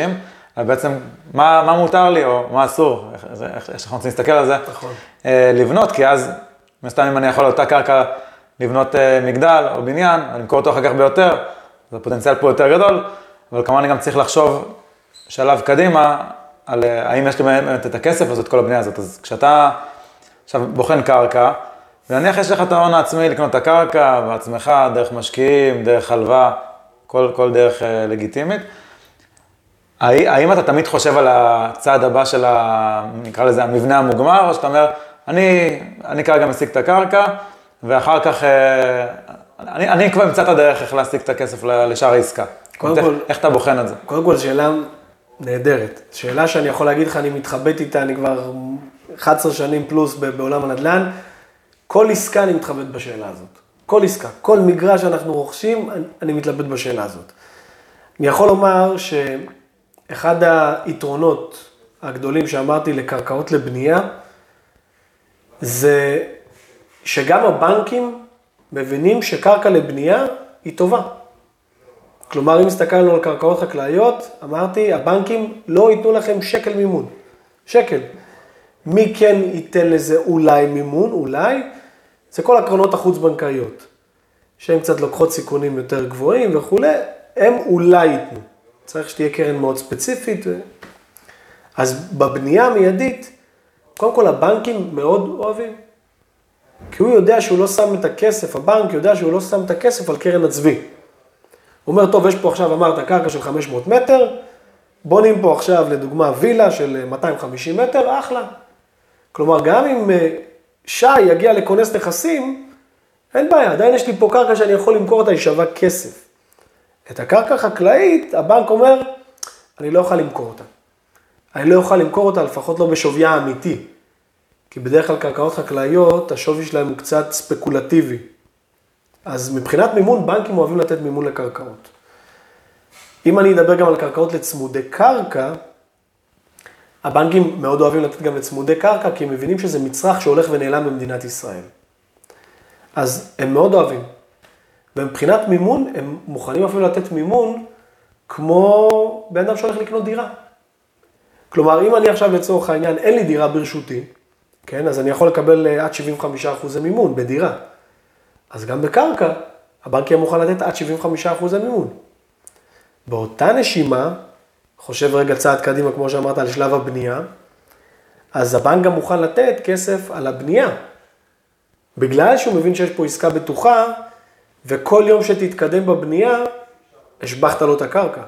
בעצם מה, מה מותר לי או מה אסור, איך, איך, איך אנחנו רוצים להסתכל על זה. נכון. לבנות, כי אז, מסתם אם אני יכול לאותה קרקע לבנות מגדל או בניין, אני למכור אותו אחר כך ביותר, אז הפוטנציאל פה יותר גדול, אבל כמובן אני גם צריך לחשוב שלב קדימה, על האם יש לי באמת את הכסף לעשות כל הבנייה הזאת. אז כשאתה עכשיו בוחן קרקע, ונניח יש לך את ההון העצמי לקנות את הקרקע, בעצמך, דרך משקיעים, דרך הלוואה, כל, כל דרך אה, לגיטימית, האם אתה תמיד חושב על הצעד הבא של, ה, נקרא לזה, המבנה המוגמר, או שאתה אומר, אני, אני כרגע משיג את הקרקע, ואחר כך, אה, אני, אני כבר אמצא את הדרך איך להשיג את הכסף לשאר העסקה. קודם איך, כל, איך אתה בוחן את זה? קודם כל, שאלה נהדרת. שאלה שאני יכול להגיד לך, אני מתחבט איתה, אני כבר אחת עשרה שנים פלוס בעולם הנדל"ן. כל עסקה אני מתחבט בשאלה הזאת. כל עסקה, כל מגרש שאנחנו רוכשים, אני, אני מתלבט בשאלה הזאת. אני יכול לומר שאחד היתרונות הגדולים שאמרתי לקרקעות לבנייה, זה שגם הבנקים מבינים שקרקע לבנייה היא טובה. כלומר, אם הסתכלנו על קרקעות חקלאיות, אמרתי, הבנקים לא ייתנו לכם שקל מימון. שקל. מי כן ייתן לזה אולי מימון? אולי. זה כל הקרנות החוץ-בנקאיות, שהן קצת לוקחות סיכונים יותר גבוהים וכו', הם אולי ייתנו. צריך שתהיה קרן מאוד ספציפית. אז בבנייה המיידית, קודם כל הבנקים מאוד אוהבים. כי הוא יודע שהוא לא שם את הכסף, הבנק יודע שהוא לא שם את הכסף על קרן הצבי. הוא אומר, טוב, יש פה עכשיו, אמרת, קרקע של חמש מאות מטר, בונים פה עכשיו לדוגמה וילה של מאתיים וחמישים מטר, אחלה. כלומר, גם אם שי יגיע לכונס נכסים, אין בעיה, עדיין יש לי פה קרקע שאני יכול למכור אותה, היא שווה כסף. את הקרקע החקלאית, הבנק אומר, אני לא אוכל למכור אותה. אני לא אוכל למכור אותה, לפחות לא בשוויה האמיתי. כי בדרך כלל קרקעות חקלאיות, השווי שלהם הוא קצת ספקולטיבי. אז מבחינת מימון, בנקים אוהבים לתת מימון לקרקעות. אם אני אדבר גם על קרקעות לצמודי קרקע, הבנקים מאוד אוהבים לתת גם לצמודי קרקע, כי הם מבינים שזה מצרך שהולך ונעלם במדינת ישראל. אז הם מאוד אוהבים. ומבחינת מימון, הם מוכנים אפילו לתת מימון, כמו בן אדם שהולך לקנות דירה. כלומר, אם אני עכשיו לצורך העניין, אין לי דירה ברשותי, כן? אז אני יכול לקבל עד שבעים וחמישה אחוז מימון בדירה. אז גם בקרקע, הבנק יהיה מוכן לתת עד שבעים וחמישה אחוז מימון. באותה נשימה, חושב רגע צעד קדימה, כמו שאמרת, על שלב הבנייה, אז הבנק גם מוכן לתת כסף על הבנייה. בגלל שהוא מבין שיש פה עסקה בטוחה, וכל יום שתתקדם בבנייה, השבחת לו את הקרקע.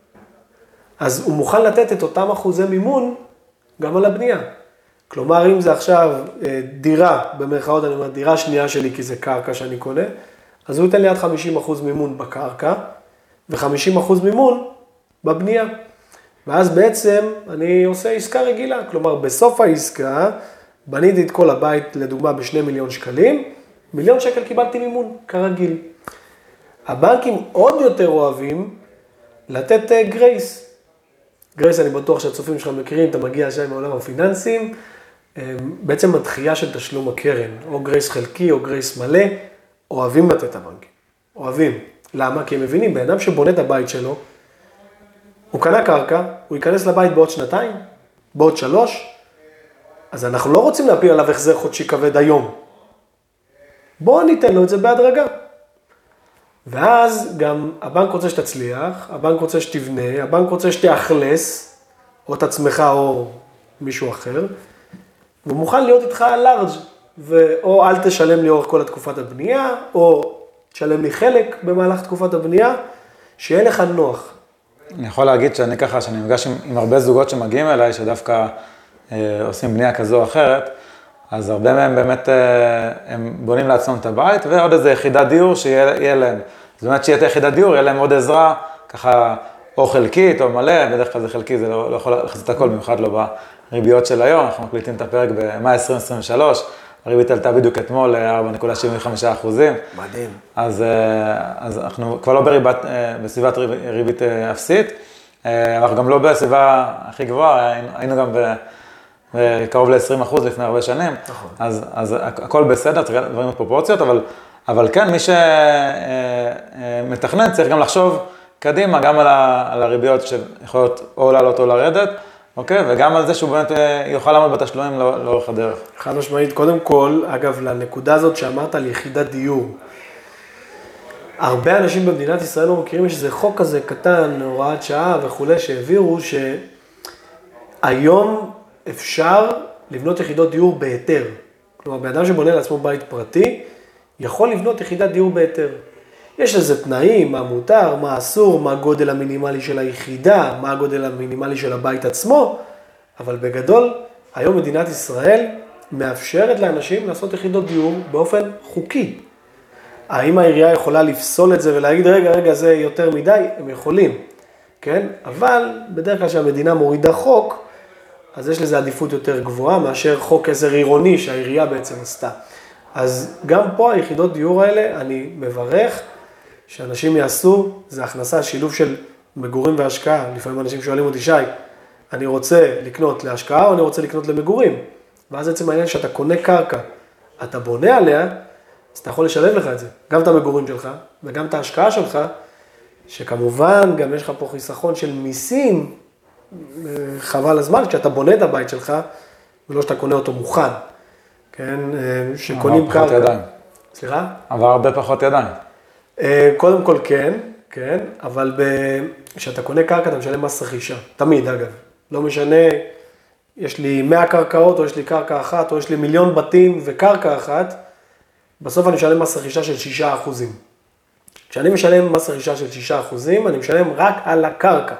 אז הוא מוכן לתת את אותם אחוזי מימון גם על הבנייה. כלומר, אם זה עכשיו דירה, במרכאות אני אומר, דירה שנייה שלי, כי זה קרקע שאני קונה, אז הוא ייתן לי עד חמישים אחוז מימון בקרקע, ו-חמישים אחוז מימון בבנייה. ואז בעצם אני עושה עסקה רגילה. כלומר, בסוף העסקה, בניתי את כל הבית, לדוגמה, בשני מיליון שקלים, מיליון שקל קיבלתי מימון, כרגיל. הבנקים עוד יותר אוהבים לתת גרייס. גרייס, אני בטוח שהצופים שלך מכירים, אתה מגיע שם מעולם הפיננסים, בעצם הדחייה של תשלום הקרן, או גרייס חלקי או גרייס מלא, אוהבים לתת הבנקים. אוהבים. למה? כי הם מבינים, באדם שבונה את הבית שלו, הוא קנה קרקע, הוא ייכנס לבית בעוד שנתיים, בעוד שלוש, אז אנחנו לא רוצים להפיל עליו החזר חודשי כבד היום. בואו ניתן לו את זה בהדרגה. ואז גם הבנק רוצה שתצליח, הבנק רוצה שתבנה, הבנק רוצה שתאכלס, או את עצמך או מישהו אחר, והוא מוכן להיות איתך לארג', או אל תשלם לי אורך כל התקופת הבנייה, או תשלם לי חלק במהלך תקופת הבנייה, שיהיה לך נוח. אני יכול להגיד שאני ככה, שאני מפגש עם, עם הרבה זוגות שמגיעים אליי, שדווקא אה, עושים בנייה כזו או אחרת, אז הרבה מהם באמת, אה, הם בונים לעצמם את הבית, ועוד איזה יחידת דיור שיהיה להם. זאת אומרת שיהיה את היחידת דיור, יהיה להם עוד עזרה, ככה, או חלקית או מלא, בדרך כלל זה חלקי, זה לא, לא יכול לחזור את הכל, במיוחד לא בריביות של היום, אנחנו מקליטים את הפרק במאי עשרים עשרים ושלוש, הריבית עלתה בדיוק אתמול ל-ארבע נקודה שבעים וחמישה אחוזים. מדהים. אז, אז אנחנו כבר לא בריבת, בסביבת ריבית אפסית, אנחנו גם לא בסביבה הכי גבוהה, היינו גם בקרוב ל-עשרים אחוז לפני הרבה שנים, נכון. אז, אז הכל בסדר, צריך דברים בפרופורציות, אבל, אבל כן, מי שמתכנן צריך גם לחשוב קדימה, גם על, ה, על הריביות שיכולות או לעלות או לרדת, אוקיי? וגם על זה שהוא באמת יוכל לעמוד בתשלומים לא, לאורך הדרך. חד משמעית, קודם כל, אגב, לנקודה הזאת שאמרת על יחידת דיור, הרבה אנשים במדינת ישראל לא מכירים שזה חוק כזה קטן, הוראת שעה וכולי, שהעבירו שהיום אפשר לבנות יחידות דיור בהיתר. כלומר, באדם שבונה לעצמו בית פרטי, יכול לבנות יחידת דיור בהיתר. יש לזה תנאים, מה מותר, מה אסור, מה הגודל המינימלי של היחידה, מה הגודל המינימלי של הבית עצמו, אבל בגדול, היום מדינת ישראל מאפשרת לאנשים לעשות יחידות דיור באופן חוקי. האם העירייה יכולה לפסול את זה ולהגיד, רגע, רגע, זה יותר מדי? הם יכולים, כן? אבל בדרך כלל שהמדינה מורידה חוק, אז יש לזה עדיפות יותר גבוהה מאשר חוק עזר עירוני שהעירייה בעצם עשתה. אז גם פה היחידות דיור האלה, אני מברך שאנשים יעשו, זה הכנסה, שילוב של מגורים והשקעה. לפעמים אנשים שואלים אותי, שי, אני רוצה לקנות להשקעה או אני רוצה לקנות למגורים? ואז עצם העניין שאתה קונה קרקע, אתה בונה עליה, אז אתה יכול לשלב לך את זה. גם את המגורים שלך וגם את ההשקעה שלך, שכמובן גם יש לך פה חיסכון של מיסים, חבל הזמן, כשאתה בונה את הבית שלך, ולא שאתה קונה אותו מוכן. כן, שקונים קרקע. עבר פחות ידיים. סליחה? עבר הרבה פחות ידיים. קודם כל כן, כן, אבל כשאתה קונה קרקע אתה משלם מס רכישה. תמיד, אגב. לא משנה, יש לי מאה קרקעות, או יש לי קרקע אחת, או יש לי מיליון בתים וקרקע אחת, בסוף אני משלם מס רכישה של שישה אחוזים. כשאני משלם מס רכישה של שישה אחוזים, אני משלם רק על הקרקע.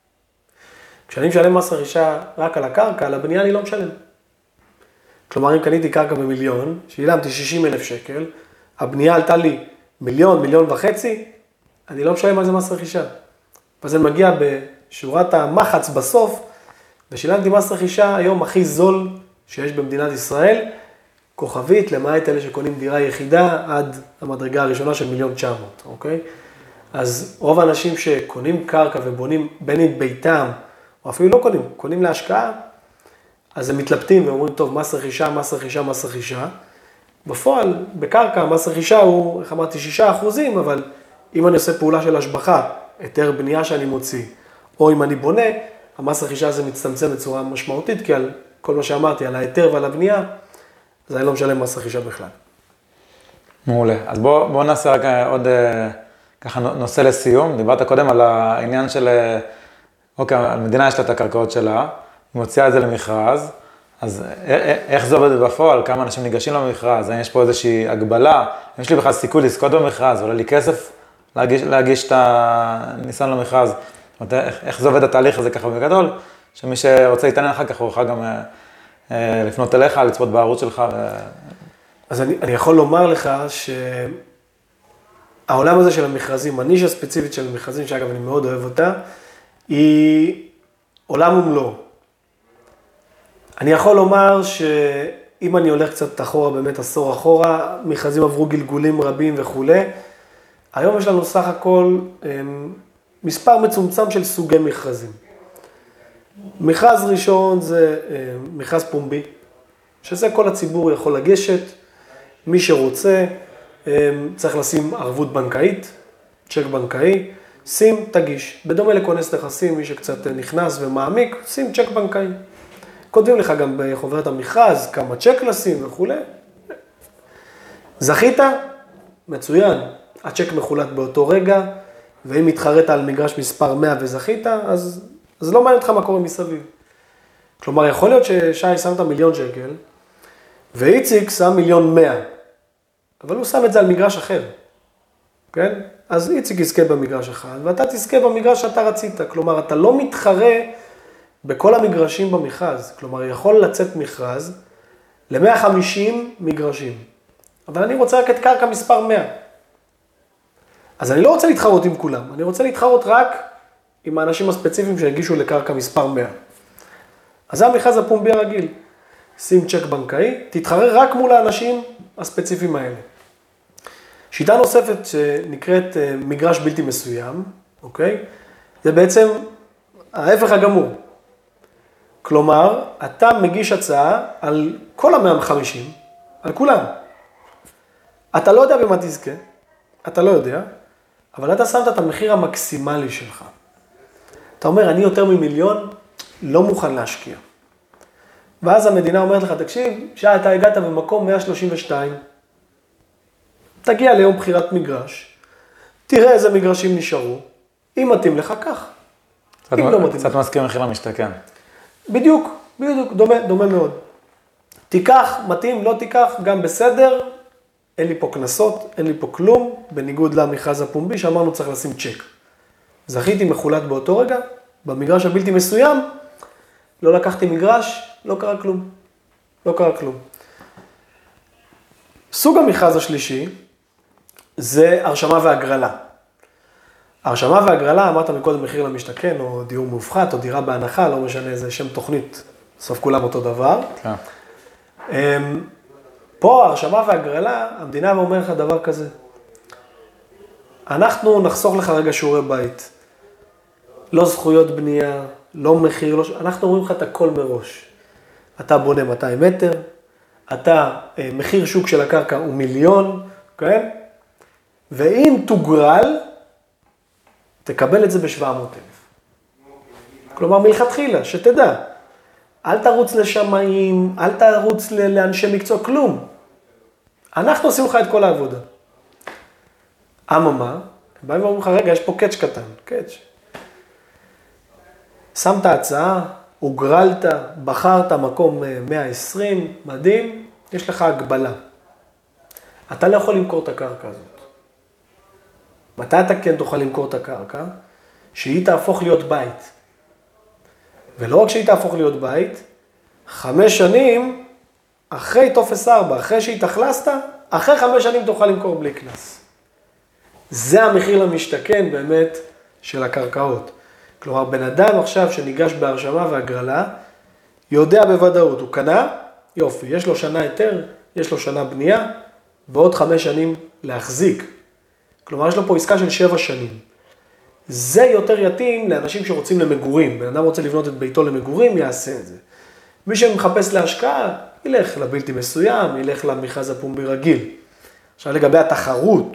כשאני משלם מס רכישה רק על הקרקע, על הבנייה אני לא משלם. כלומר, אם קניתי קרקע במיליון, שילמתי שישים אלף שקל, הבנייה עלתה לי מיליון, מיליון וחצי, אני לא משלם על זה מס רכישה. ואז אני מגיע בשורת המחץ בסוף, ושילמתי מס רכישה היום הכי זול שיש במדינת ישראל, כוכבית, למעט אלה שקונים דירה יחידה עד המדרגה הראשונה של מיליון תשע מאות, אוקיי? אז רוב האנשים שקונים קרקע ובונים בין את ביתם, או אפילו לא קונים, קונים להשקעה, אז הם מתלבטים ואומרים, טוב, מס רכישה, מס רכישה, מס רכישה. בפועל, בקרקע, מס רכישה הוא, איך אמרתי, שישה אחוזים, אבל אם אני עושה פעולה של השבחה, היתר בנייה שאני מוציא, או אם אני בונה, המס רכישה הזה מצטמצם בצורה משמעותית, כי על כל מה שאמרתי, על ההיתר ועל הבנייה, אז אני לא משלם מס רכישה בכלל. מעולה. אז בוא, בוא נעשה רק עוד ככה נושא לסיום. דיברת קודם על העניין של, אוקיי, המדינה יש לה את הקרקעות שלה, היא מוציאה את זה למכרז, אז איך זה עובד בפועל? כמה אנשים ניגשים למכרז? האם יש פה איזושהי הגבלה? האם יש לי בכלל סיכוי לזכות במכרז? עולה לי כסף להגיש, להגיש את הניסיון למכרז? איך, איך זה עובד התהליך הזה ככה בגדול? שמי שרוצה להתעניין אחר כך, הוא יכול גם אה, לפנות אליך, לצפות בערוץ שלך. ו... אז אני, אני יכול לומר לך שהעולם הזה של המכרזים, הנישה הספציפית של המכרזים, שאגב אני מאוד אוהב אותה, היא עולם ומלואו. אני יכול לומר שאם אני הולך קצת אחורה, באמת עשור אחורה, מכרזים עברו גלגולים רבים וכו'. היום יש לנו סך הכל מספר מצומצם של סוגי מכרזים. מכרז ראשון זה מכרז פומבי, שזה כל הציבור יכול לגשת, מי שרוצה צריך לשים ערבות בנקאית, צ'ק בנקאי, שים, תגיש. בדומה לכונס נכסים, מי שקצת נכנס ומעמיק, שים צ'ק בנקאי. כותבים לך גם בחוברת המכרז, כמה צ'ק לשים וכו'. זכית? מצוין. הצ'ק מחולט באותו רגע, ואם התחרית על מגרש מספר מאה וזכית, אז, אז לא מעניין אותך מה קורה מסביב. כלומר, יכול להיות ששי שמת מיליון שקל, ואיציק שם מיליון מאה, אבל הוא שם את זה על מגרש אחר. כן? אז איציק יזכה במגרש אחד, ואתה תזכה במגרש שאתה רצית. כלומר, אתה לא מתחרה בכל המגרשים במכרז. כלומר, יכול לצאת מכרז ל-מאה וחמישים מגרשים. אבל אני רוצה רק את קרקע מספר מאה. אז אני לא רוצה להתחרות עם כולם. אני רוצה להתחרות רק עם האנשים הספציפיים שהגישו לקרקע מספר מאה. אז זה המכרז הפומבי הרגיל. שים צ'ק בנקאי, תתחרה רק מול האנשים הספציפיים האלה. שיטה נוספת שנקראת מגרש בלתי מסוים, אוקיי? זה בעצם ההפך הגמור. כלומר, אתה מגיש הצעה על כל ה-מאה וחמישים, על כולם. אתה לא יודע במה תזכה, אתה לא יודע, אבל אתה שמת את המחיר המקסימלי שלך. אתה אומר, אני יותר ממיליון, לא מוכן להשקיע. ואז המדינה אומרת לך, תקשיב, שעה אתה הגעת במקום מאה שלושים ושתיים, תגיע ליום בחירת מגרש, תראה איזה מגרשים נשארו, אם מתאים לך, כך. קצת, אם לא מתאים קצת לך. מזכיר מחיר למשתכן. בדיוק, בדיוק, דומה, דומה מאוד. תיקח, מתאים, לא תיקח, גם בסדר, אין לי פה כנסות, אין לי פה כלום, בניגוד למכרז הפומבי שאמרנו צריך לשים צ'ק. זכיתי מחולט באותו רגע, במגרש הבלתי מסוים, לא לקחתי מגרש, לא קרה כלום. לא קרה כלום. סוג המכרז השלישי זה הרשמה והגרלה. הרשמה והגרלה, אמרת מקודם מחיר למשתכן, או דיור מופחת, או דירה בהנחה, לא משנה איזה שם תוכנית, סוף כולם אותו דבר. כן. פה הרשמה והגרלה, המדינה אומר לך דבר כזה. אנחנו נחסוך לך רגע שיעורי בית. לא זכויות בנייה, לא מחיר, לא... אנחנו אומרים לך את הכל מראש. אתה בונה מאתיים מטר, אתה, מחיר שוק של הקרקע הוא מיליון, כן? ואם תוגרל, תקבל את זה ב-שבע מאות אלף. כלומר, מלכתחילה, שתדע. אל תרוץ לשמאים, אל תרוץ לאנשי מקצוע, כלום. אנחנו עושים לך את כל העבודה. אממה, באים ואומרים לך, רגע, יש פה קאץ' קטן, קאץ'. שמת הצעה, הוגרלת, בחרת מקום מאה ועשרים, מדהים, יש לך הגבלה. אתה לא יכול למכור את הקרקע הזאת. מתי אתה כן תוכל למכור את הקרקע? שהיא תהפוך להיות בית. ולא רק שהיא תהפוך להיות בית, חמש שנים, אחרי טופס ארבע, אחרי שהתאכלסת, אחרי חמש שנים תוכל למכור בלי קנס. זה המחיר למשתכן באמת של הקרקעות. כלומר, בן אדם עכשיו שניגש בהרשמה והגרלה, יודע בוודאות, הוא קנה, יופי, יש לו שנה היתר, יש לו שנה בנייה, ועוד חמש שנים להחזיק. כלומר, יש לו פה עסקה של שבע שנים. זה יותר יתאים לאנשים שרוצים למגורים. בן אדם רוצה לבנות את ביתו למגורים, יעשה את זה. מי שמחפש להשקעה, ילך לבלתי מסוים, ילך למכרז הפומבי רגיל. עכשיו לגבי התחרות.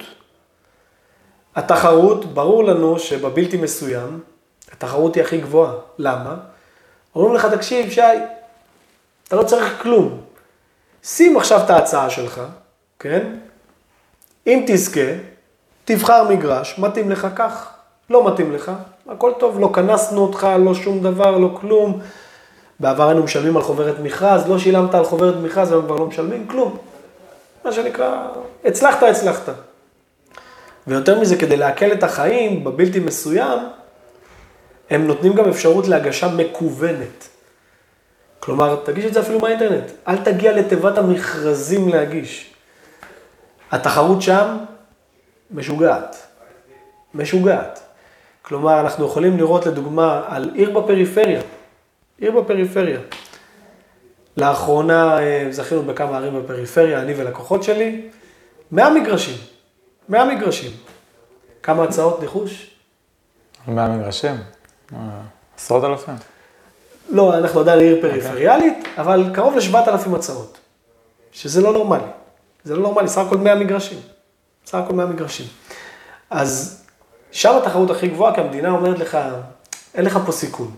התחרות, ברור לנו שבבלתי מסוים, התחרות היא הכי גבוהה. למה? אומרים לך, תקשיב, שי, אתה לא צריך כלום. שים עכשיו את ההצעה שלך, כן? אם תזכה, תבחר מגרש, מתאים לך כך, לא מתאים לך, הכל טוב, לא כנסנו אותך, לא שום דבר, לא כלום. בעבר היינו משלמים על חוברת מכרז, לא שילמת על חוברת מכרז, אבל כבר לא משלמים כלום. מה שנקרא, הצלחת, הצלחת. ויותר מזה, כדי להקל את החיים בבלתי מסוים, הם נותנים גם אפשרות להגשה מקוונת. כלומר, תגיש את זה אפילו מהאינטרנט. אל תגיע לתיבת המכרזים להגיש. התחרות שם משוגעת. משוגעת. כלומר, אנחנו יכולים לראות לדוגמה על עיר בפריפריה. עיר בפריפריה. לאחרונה זכינו בכמה ערים בפריפריה, אני ולקוחות שלי. מאה מגרשים. מאה מגרשים. כמה הצעות ניחוש? מאה מגרשים. עשרות אלפים. לא, אנחנו עדיין עיר פריפריאלית, okay. אבל קרוב לשבעת אלפים הצעות. שזה לא נורמלי. זה לא נורמלי, סך הכל מאה מגרשים. סך הכל מאה מגרשים. אז שם התחרות הכי גבוהה, כי המדינה אומרת לך, אין לך פה סיכון.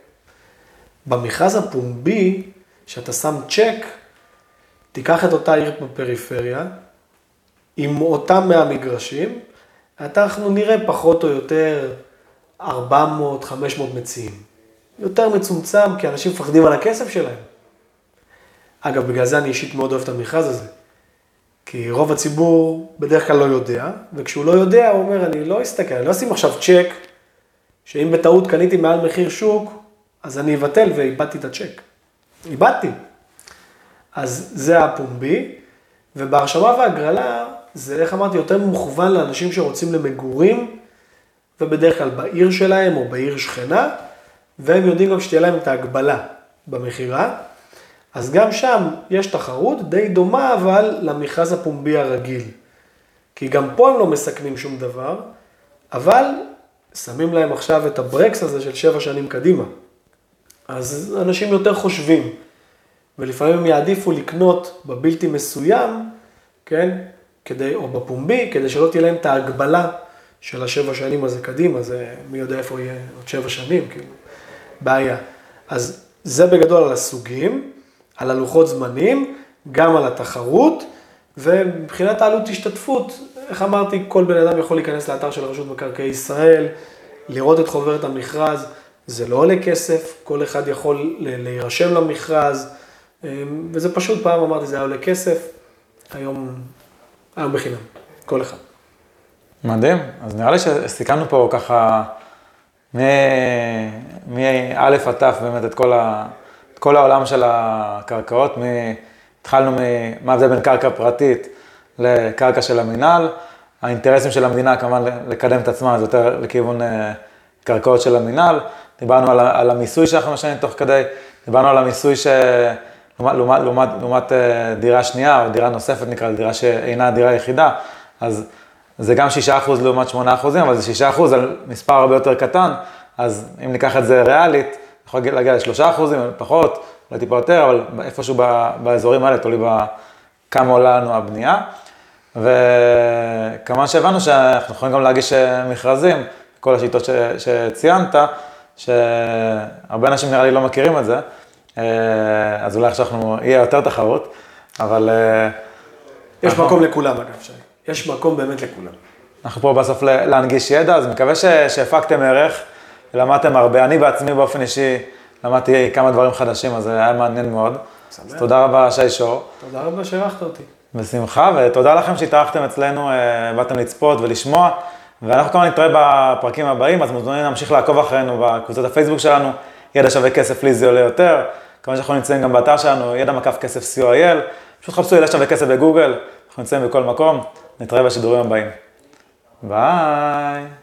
במכרז הפומבי, שאתה שם צ'ק, תיקח את אותה עיר בפריפריה, עם אותם מאה מגרשים, אנחנו נראה פחות או יותר ארבע מאות חמש מאות מציעים. יותר מצומצם, כי אנשים מפחדים על הכסף שלהם. אגב, בגלל זה אני אישית מאוד אוהב את המכרז הזה. כי רוב הציבור בדרך כלל לא יודע, וכשהוא לא יודע, הוא אומר, אני לא אסתכל, אני לא אשים עכשיו צ'ק, שאם בטעות קניתי מעל מחיר שוק, אז אני אבטל ואיבדתי את הצ'ק. איבדתי. אז זה הפומבי, ובהרשמה והגרלה, זה, איך אמרתי, יותר מוכוון לאנשים שרוצים למגורים, ובדרך כלל בעיר שלהם או בעיר שכנה, והם יודעים גם שתהיה להם את ההגבלה במחירה. אז גם שם יש תחרות די דומה, אבל למכרז הפומבי הרגיל. כי גם פה הם לא מסכנים שום דבר, אבל שמים להם עכשיו את הברקס הזה של שבע שנים קדימה. אז אנשים יותר חושבים, ולפעמים הם יעדיפו לקנות בבלתי מסוים, כן? כדי, או בפומבי, כדי שלא תהיה להם את ההגבלה של השבע שנים הזה קדימה, זה מי יודע איפה יהיה עוד שבע שנים, כאילו, בעיה. אז זה בגדול על הסוגים, על הלוחות זמנים, גם על התחרות, ומבחינת העלות השתתפות, איך אמרתי, כל בן אדם יכול להיכנס לאתר של רשות מקרקעי ישראל, לראות את חוברת המכרז, זה לא עולה כסף, כל אחד יכול להירשם למכרז, וזה פשוט, פעם אמרתי, זה היה עולה כסף, היום, היום בחינם, כל אחד. מדהים, אז נראה לי שסיכמנו פה ככה, מא' עד ת' באמת את כל, ה, את כל העולם של הקרקעות, מ, התחלנו ממה ההבדל בין קרקע פרטית לקרקע של המינהל, האינטרסים של המדינה כמובן לקדם את עצמה, זה יותר לכיוון קרקעות של המינהל, דיברנו על, על המיסוי שאנחנו משנים תוך כדי, דיברנו על המיסוי ש... לעומת, לעומת, לעומת דירה שנייה או דירה נוספת נקרא, דירה שאינה דירה יחידה, אז זה גם שישה אחוז לעומת שמונה אחוזים, אבל זה שישה אחוז על מספר הרבה יותר קטן, אז אם ניקח את זה ריאלית, יכול להגיע ל-שלושה אחוזים, פחות, אולי טיפה יותר, אבל איפשהו באזורים האלה, תולי בכמה עולה לנו הבנייה. וכמובן שהבנו שאנחנו יכולים גם להגיש מכרזים, כל השיטות ש, שציינת, שהרבה אנשים נראה לי לא מכירים את זה, אז אולי עכשיו אנחנו, יהיה יותר תחרות, אבל... יש מקום לכולם אגב, שי. יש מקום באמת לכולם. אנחנו פה בסוף להנגיש ידע, אז מקווה שהפקתם ערך, למדתם הרבה. אני בעצמי באופן אישי למדתי כמה דברים חדשים, אז זה היה מעניין מאוד. אז תודה רבה, שי שור. תודה רבה שערכת אותי. בשמחה, ותודה לכם שהתארחתם אצלנו, באתם לצפות ולשמוע, ואנחנו כמובן נתראה בפרקים הבאים, אז מוזמנים להמשיך לעקוב אחרינו בקבוצת הפייסבוק שלנו, ידע שווה כסף לי זה עולה יותר, כמובן שאנחנו נמצאים גם באתר שלנו, ידע מקף כסף סי או איי אל, פשוט חפשו ידע שווה כסף בגוגל, אנחנו נמצאים בכל מקום, נתראה בשידורים הבאים. ביי.